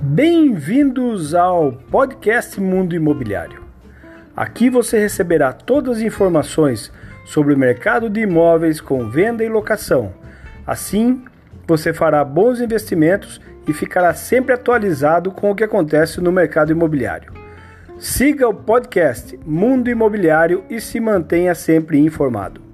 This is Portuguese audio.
Bem-vindos ao podcast Mundo Imobiliário. Aqui você receberá todas as informações sobre o mercado de imóveis com venda e locação. Assim, você fará bons investimentos e ficará sempre atualizado com o que acontece no mercado imobiliário. Siga o podcast Mundo Imobiliário e se mantenha sempre informado.